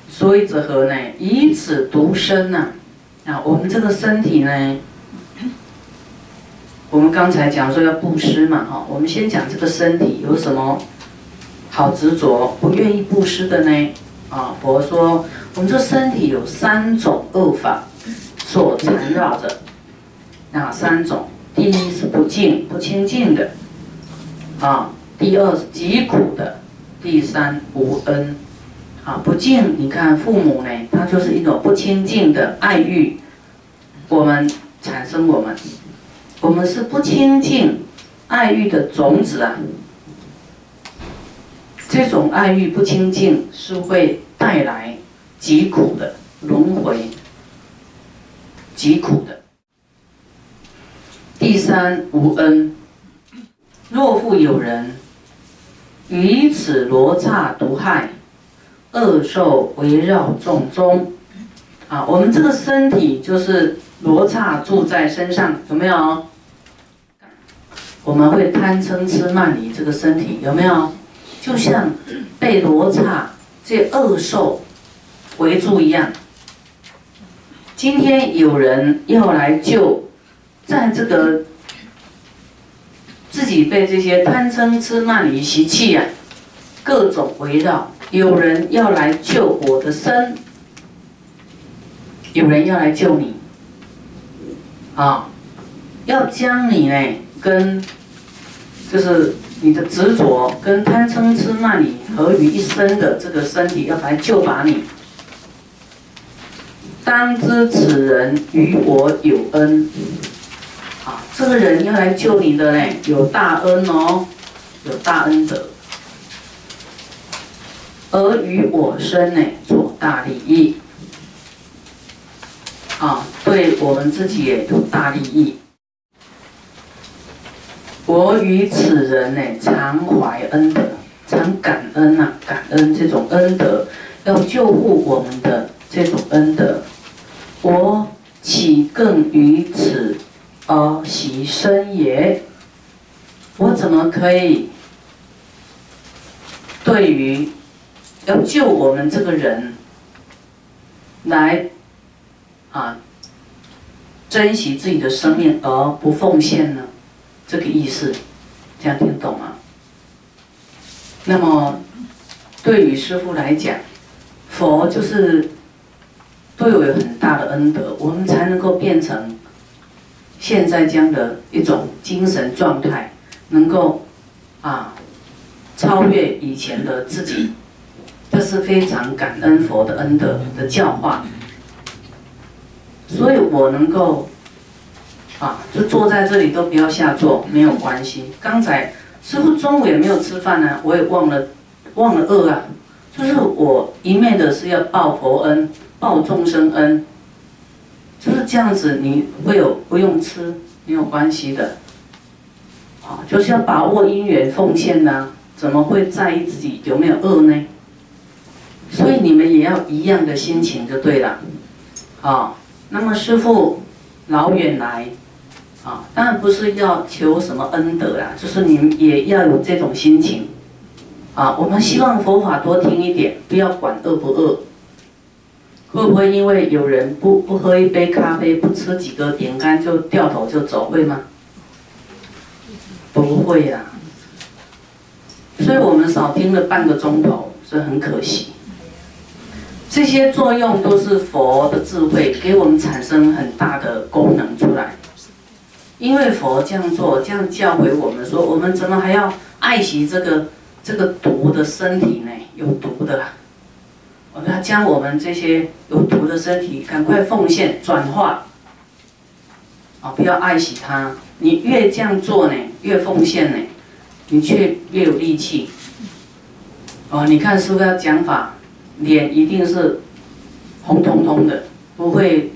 所以者何呢？以此独身呐。我们这个身体呢，我们刚才讲说要布施嘛，我们先讲这个身体有什么好执着、不愿意布施的呢？佛说我们这身体有3种恶法所缠绕着。哪3种？第一是不净、不清净的，第二是极苦的，第三无恩。不净，你看父母呢，他就是一种不清净的爱欲，我们产生我们是不清净爱欲的种子啊。这种爱欲不清净是会带来极苦的轮回，极苦的。第三无恩，若复有人于此罗刹毒害，恶兽围绕众中。我们这个身体就是罗刹住在身上，有没有？我们会贪嗔痴慢疑，这个身体有没有？就像被罗刹这恶兽围住一样。今天有人要来救，在这个自己被这些贪嗔痴慢疑习气各种围绕，有人要来救我的身，有人要来救你，要将你呢跟就是你的执着跟贪嗔痴慢疑合于一身的这个身体，要来救拔你。当知此人与我有恩。这个人要来救你的呢，有大恩哦，有大恩德，而与我身呢做大利益。对我们自己也有大利益。我与此人呢常怀恩德，常感恩感恩这种恩德，要救护我们的这种恩德。我岂更于此而习身也？我怎么可以对于要救我们这个人来珍惜自己的生命而不奉献呢？这个意思，这样听懂吗？那么对于师父来讲，佛就是对我有很大的恩德，我们才能够变成现在这样的一种精神状态，能够超越以前的自己。这是非常感恩佛的恩德的教化。所以我能够就坐在这里都不要下坐，没有关系。刚才师父中午也没有吃饭我也忘了饿就是我一昧的是要报佛恩，报众生恩，就是这样子，你不用吃，没有关系的。就是要把握因缘奉献怎么会在意自己有没有饿呢？所以你们也要一样的心情就对了。那么师父老远来当然不是要求什么恩德就是你们也要有这种心情我们希望佛法多听一点，不要管饿不饿。会不会因为有人不喝一杯咖啡，不吃几个饼干就掉头就走，会吗？不会所以我们少听了半个钟头是很可惜。这些作用都是佛的智慧给我们产生很大的功能出来。因为佛这样做，这样教诲我们说，我们怎么还要爱惜这个毒的身体呢？有毒的我们要将我们这些有毒的身体赶快奉献转化不要爱惜它。你越这样做呢，越奉献呢，你却越有力气你看师父要讲法，脸一定是红彤彤的，不会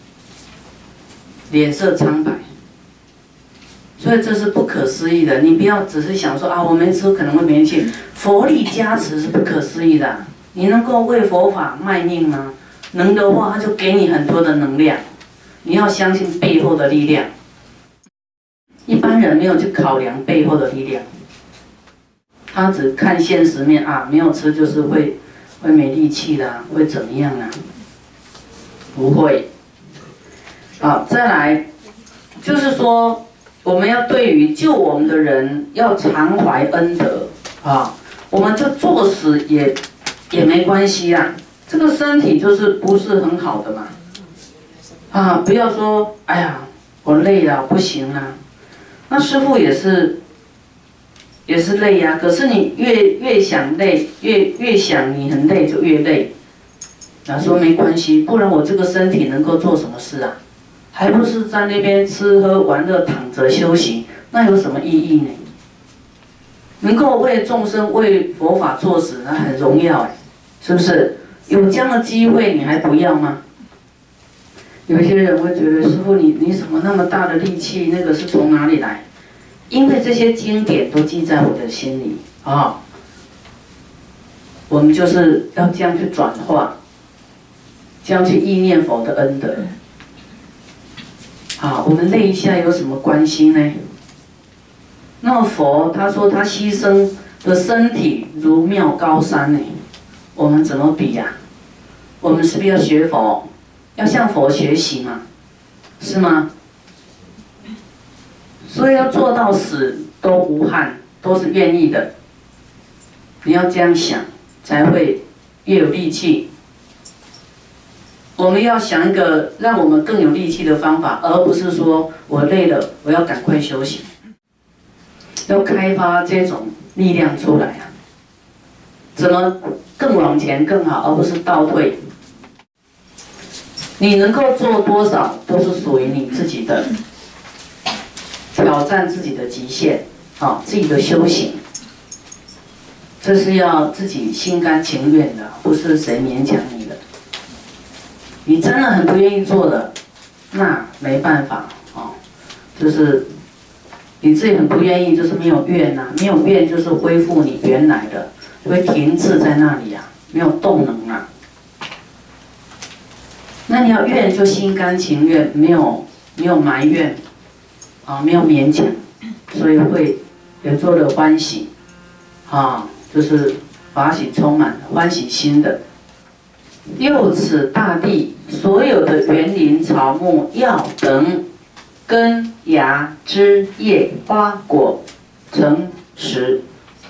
脸色苍白。所以这是不可思议的。你不要只是想说我没吃可能会没气，佛力加持是不可思议的。你能够为佛法卖命吗？能的话，他就给你很多的能量。你要相信背后的力量。一般人没有去考量背后的力量，他只看现实面没有吃就是会会没力气啦，会怎么样啊？不会。好，再来，就是说，我们要对于救我们的人要常怀恩德啊，我们就作死也没关系啦。这个身体就是不是很好的嘛，啊，不要说，哎呀，我累了，不行啦。那师父也是累呀，可是你越想累，越想你很累就越累。他说没关系，不然我这个身体能够做什么事啊？还不是在那边吃喝玩乐躺着休息，那有什么意义呢？能够为众生为佛法做事，那很荣耀哎，是不是？有这样的机会你还不要吗？有些人会觉得师父你怎么那么大的力气？那个是从哪里来？因为这些经典都记在我的心里啊，我们就是要这样去转化，这样去意念佛的恩德。啊，我们累一下有什么关系呢？那么佛他说他牺牲的身体如妙高山呢，我们怎么比呀？我们是不是要学佛，要向佛学习嘛？是吗？所以要做到死都无憾，都是愿意的。你要这样想，才会越有力气。我们要想一个让我们更有力气的方法，而不是说我累了，我要赶快休息。要开发这种力量出来啊！怎么更往前更好，而不是倒退？你能够做多少，都是属于你自己的。挑战自己的极限，啊，自己的修行，这是要自己心甘情愿的，不是谁勉强你的。你真的很不愿意做的，那没办法啊，就是你自己很不愿意，就是没有愿呐，没有愿就是恢复你原来的，会停滞在那里啊，没有动能啊。那你要愿就心甘情愿，没有埋怨，啊，没有勉强，所以会也做得欢喜，啊，就是法喜充满欢喜心的。又此大地所有的园林草木药等根芽枝叶花果成实，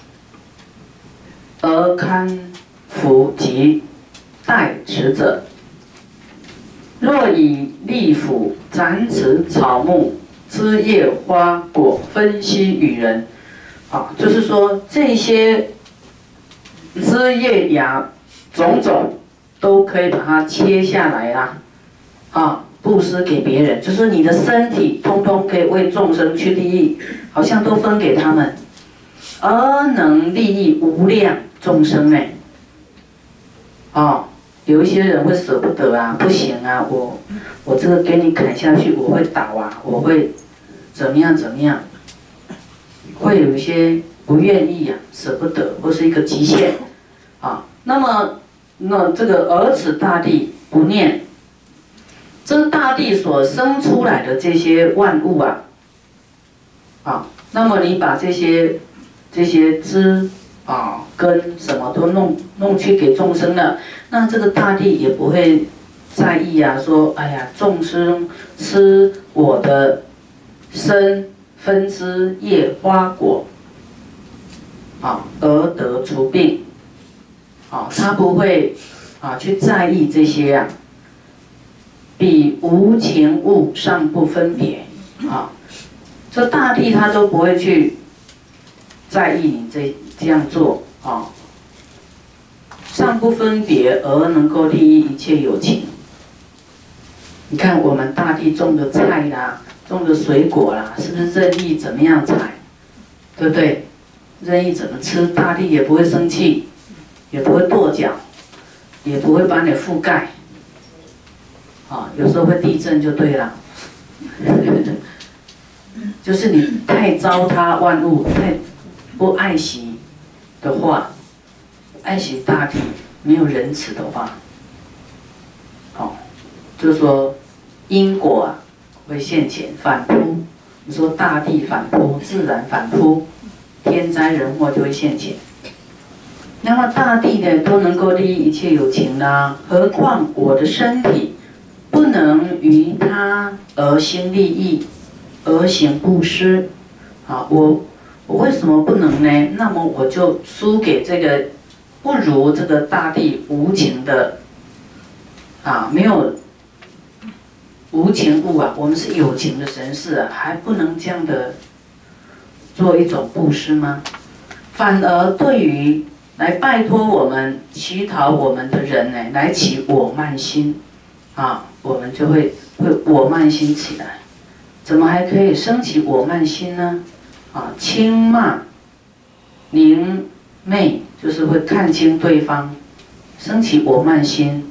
而堪服及待持者，若以利斧斩此草木枝叶花果分析与人，啊，就是说这些枝叶芽种种都可以把它切下来啦，啊，布施给别人，就是你的身体通通可以为众生去利益，好像都分给他们，而能利益无量众生呢。啊，有一些人会舍不得啊，不行啊，我这个给你砍下去，我会倒啊，我会怎么样，会有一些不愿意啊，舍不得，或是一个极限啊。那这个而此大地不念，这大地所生出来的这些万物啊，啊，那么你把这些枝啊根什么都弄去给众生了，那这个大地也不会在意啊，说哎呀众生吃我的生分枝叶花果，啊而得除病。啊，他不会啊去在意这些啊，比无情物尚不分别啊，这大地他都不会去在意你这样做啊，尚不分别而能够利益一切有情。你看我们大地种的菜啦，种的水果啦，是不是任意怎么样采，对不对？任意怎么吃，大地也不会生气。也不会跺脚，也不会把你覆盖，啊，有时候会地震就对了，就是你太糟蹋万物，太不爱惜的话，爱惜大地，没有仁慈的话，哦，就是说因果啊会现前反扑，你说大地反扑，自然反扑，天灾人祸就会现前。 那么大地呢都能够利益一切有情啦，何况我的身体不能于他而行利益，而行布施？啊，我为什么不能呢？那么我就输给这个，不如这个大地无情的，没有无情物啊，我们是有情的神士啊，还不能这样的做一种布施吗？反而对于来拜托我们、乞讨我们的人呢，来起我慢心，我们就会我慢心起来。怎么还可以升起我慢心呢？轻骂、凝媚，就是会看清对方，升起我慢心，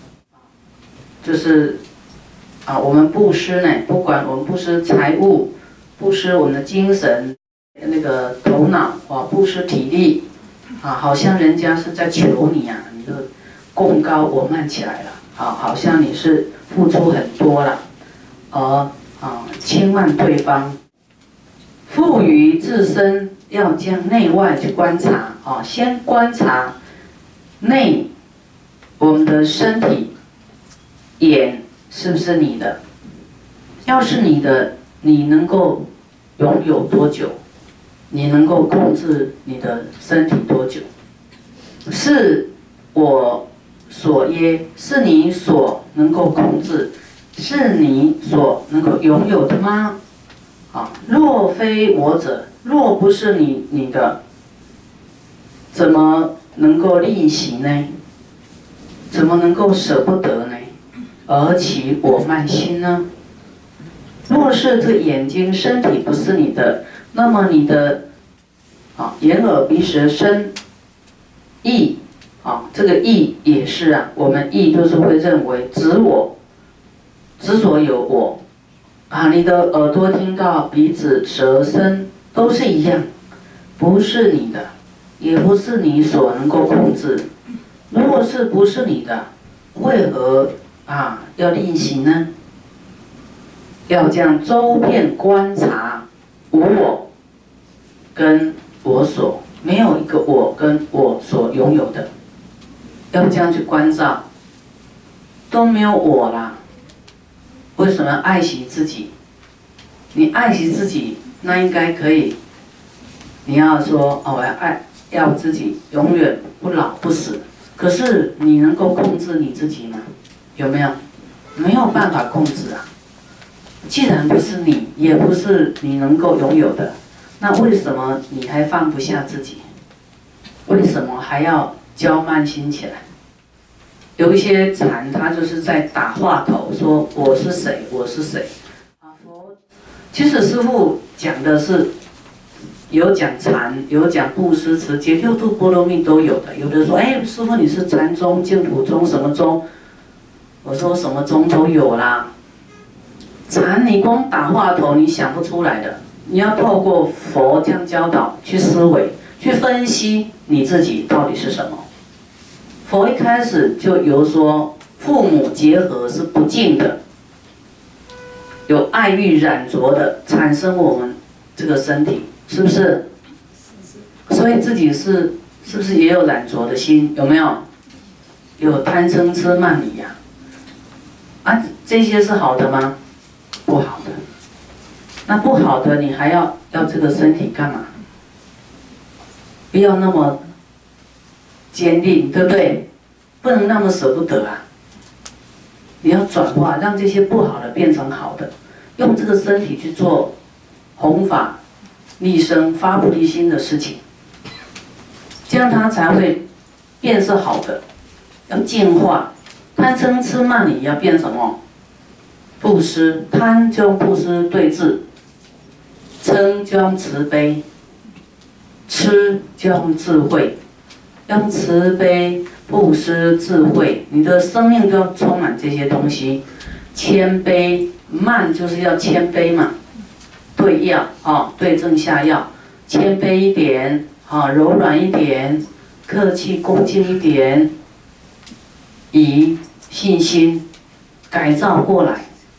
就是我们布施呢，不管我们布施财物、布施我们的精神、那个头脑布施体力，好像人家是在求你啊，你就贡高我慢起来了，好像你是付出很多了，而轻慢对方。赋予自身要将内外去观察，先观察内我们的身体，眼是不是你的？要是你的，你能够拥有多久？你能够控制你的身体多久？是我所耶？是你所能够控制？是你所能够拥有的吗？若非我者，若不是你的，怎么能够吝惜呢？怎么能够舍不得呢？而起我慢心呢？若是这眼睛、身体不是你的，那么你的眼、耳、鼻、舌、身、意，这个意也是我们意都是会认为执我，执着有我。你的耳朵听到，鼻子、舌、身都是一样，不是你的，也不是你所能够控制。如果是不是你的，为何要吝惜呢？要这样周遍观察无我跟我所，没有一个我跟我所拥有的，要这样去关照，都没有我啦。为什么要爱惜自己？你爱惜自己，那应该可以。你要说我要自己永远不老不死，可是你能够控制你自己吗？有没有？没有办法控制啊。既然不是你，也不是你能够拥有的，那为什么你还放不下自己？为什么还要骄慢心起来？有一些禅，他就是在打话头，说我是谁，我是谁。其实师父讲的是，有讲禅，有讲布施、持戒、六度波罗蜜都有的。有的说，师父你是禅宗、净土宗什么宗？我说什么宗都有啦。禅你光打话头，你想不出来的。你要透过佛这样教导，去思维，去分析你自己到底是什么。佛一开始就有说，父母结合是不净的，有爱欲染着的，产生我们这个身体，是不是？所以自己是不是也有染着的心？有没有？有贪嗔痴慢疑呀？这些是好的吗？不好的。那不好的，你还要这个身体干嘛？不要那么坚定，对不对？不能那么舍不得啊！你要转化，让这些不好的变成好的，用这个身体去做弘法、利生、发菩提心的事情，这样它才会变是好的。要净化，贪嗔痴慢疑要变什么？布施，贪就用布施对治，嗔就用慈悲，痴就用智慧。用慈悲、布施、智慧，你的生命就要充满这些东西。谦卑、慢就是要谦卑嘛，对药对症下药，谦卑一点柔软一点，客气恭敬一点，以信心改造过来。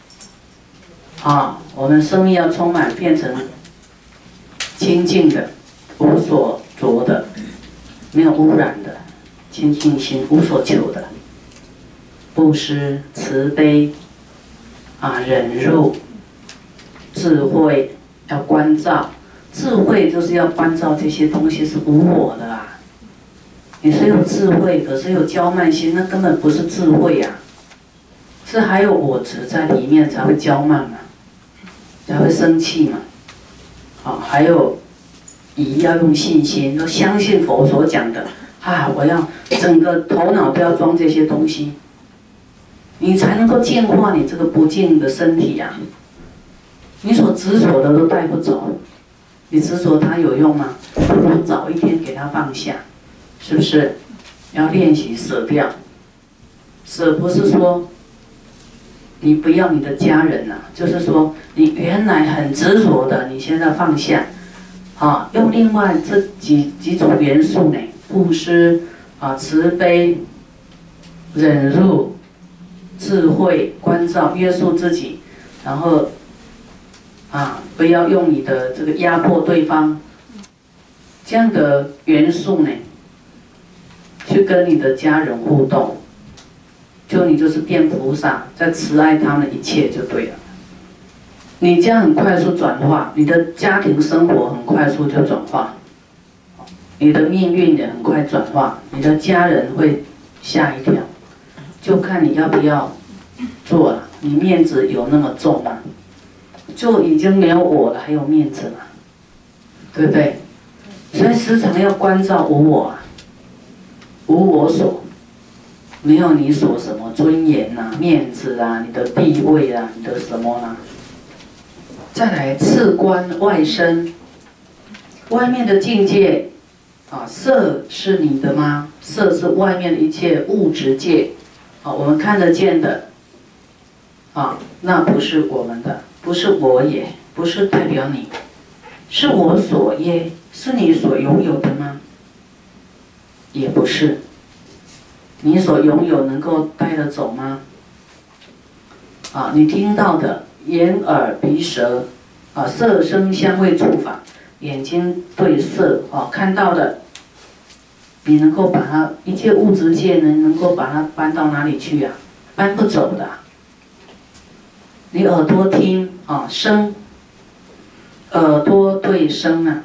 我们生命要充满，变成清净的、无所着的。 没有污染的，清净心，无所求的，布施、慈悲，忍辱、智慧，要关照。智慧就是要关照这些东西是无我的啊。你是有智慧，可是有骄慢心，那根本不是智慧啊，是还有我执在里面才会骄慢嘛，才会生气嘛。还有疑要用信心，要相信佛所讲的我要整个头脑都要装这些东西，你才能够净化你这个不净的身体啊。你所执着的都带不走，你执着它有用吗？不如早一天给它放下，是不是？要练习舍掉。舍不是说你不要你的家人就是说你原来很执着的，你现在放下，用另外这几种元素呢，布施慈悲、忍辱、智慧、关照、约束自己，然后不要用你的这个压迫对方，这样的元素呢，去跟你的家人互动，你就是变菩萨，在慈爱他们一切就对了。你这样很快速转化，你的家庭生活很快速就转化，你的命运也很快转化，你的家人会吓一跳，就看你要不要做了。你面子有那么重吗？就已经没有我了，还有面子吗？对不对？所以时常要关照无我无我所，没有你所什么尊严面子你的地位你的什么再来次观外身，外面的境界色是你的吗？色是外面的一切物质界我们看得见的那不是我们的，不是我也，不是代表你，是我所耶？是你所拥有的吗？也不是。你所拥有能够带得走吗？你听到的眼耳鼻舌色声香味触法，眼睛对色看到的，你能够把它一切物质界能够把它搬到哪里去搬不走的。你耳朵听声，耳朵对声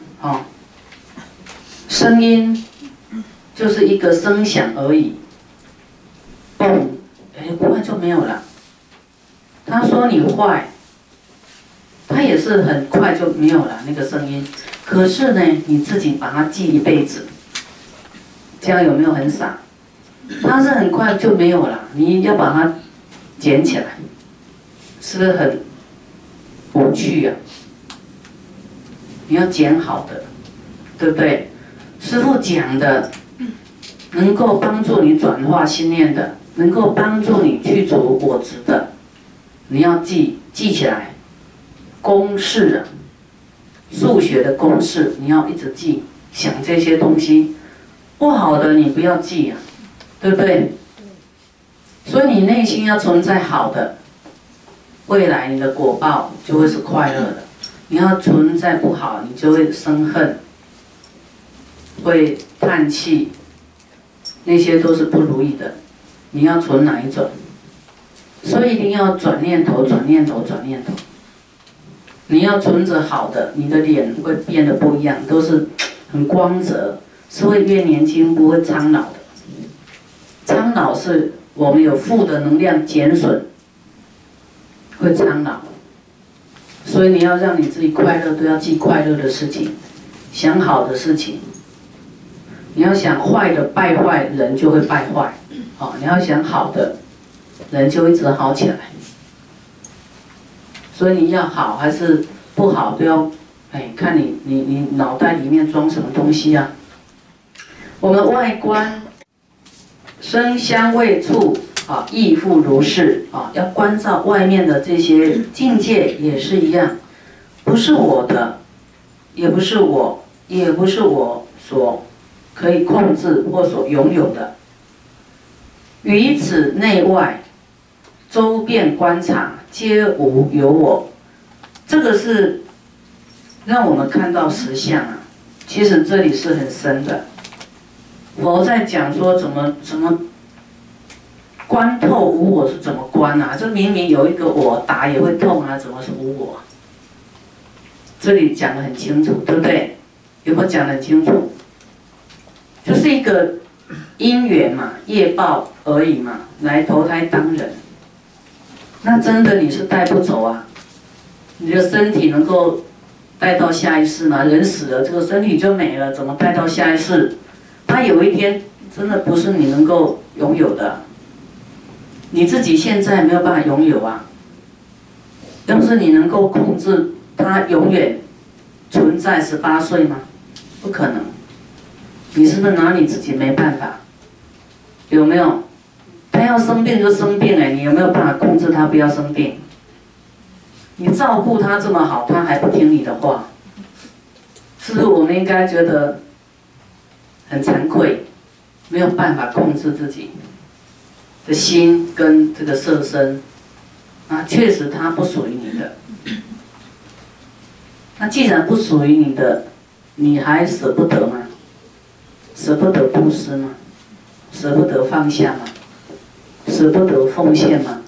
声音就是一个声响而已，嘣，快就没有了。他说你坏，他也是很快就没有了那个声音。可是呢，你自己把它记一辈子，这样有没有很傻？它是很快就没有了，你要把它捡起来，是不是很无趣你要捡好的，对不对？师父讲的能够帮助你转化心念的，能够帮助你去除我执的，你要记起来。公式数学的公式你要一直记，想这些东西，不好的你不要记对不对？所以你内心要存在好的，未来你的果报就会是快乐的。你要存在不好，你就会生恨，会叹气，那些都是不如意的。你要存哪一种？所以一定要转念头，转念头，转念头。你要存着好的，你的脸会变得不一样，都是很光泽，是会越年轻不会苍老的。苍老是我们有负的能量减损，会苍老。所以你要让你自己快乐，都要记快乐的事情，想好的事情。你要想坏的，败坏人就会败坏，你要想好的，人就一直好起来。所以你要好还是不好，都要看你脑袋里面装什么东西我们外观声香味触亦复如是要关照外面的这些境界也是一样，不是我的，也不是我所可以控制或所拥有的。于此内外周遍观察，皆无有我。这个是让我们看到实相其实这里是很深的。 佛在讲说怎么观透无我是怎么观啊？这明明有一个我，打也会痛啊，怎么是无我？这里讲得很清楚，对不对？有没有讲得很清楚？就是一个因缘嘛，业报而已嘛，来投胎当人。那真的你是带不走啊，你的身体能够带到下一世吗？人死了，这个身体就没了，怎么带到下一世？它有一天真的不是你能够拥有的。你自己现在没有办法拥有啊。要是你能够控制它永远存在18岁吗？不可能。你是不是拿你自己没办法？有没有？他要生病就生病你有没有办法控制他不要生病？你照顾他这么好，他还不听你的话，是不是我们应该觉得很惭愧？没有办法控制自己的心跟这个色身，啊，确实它不属于你的。那既然不属于你的，你还舍不得吗？舍不得布施吗？舍不得放下吗？舍不得奉献吗？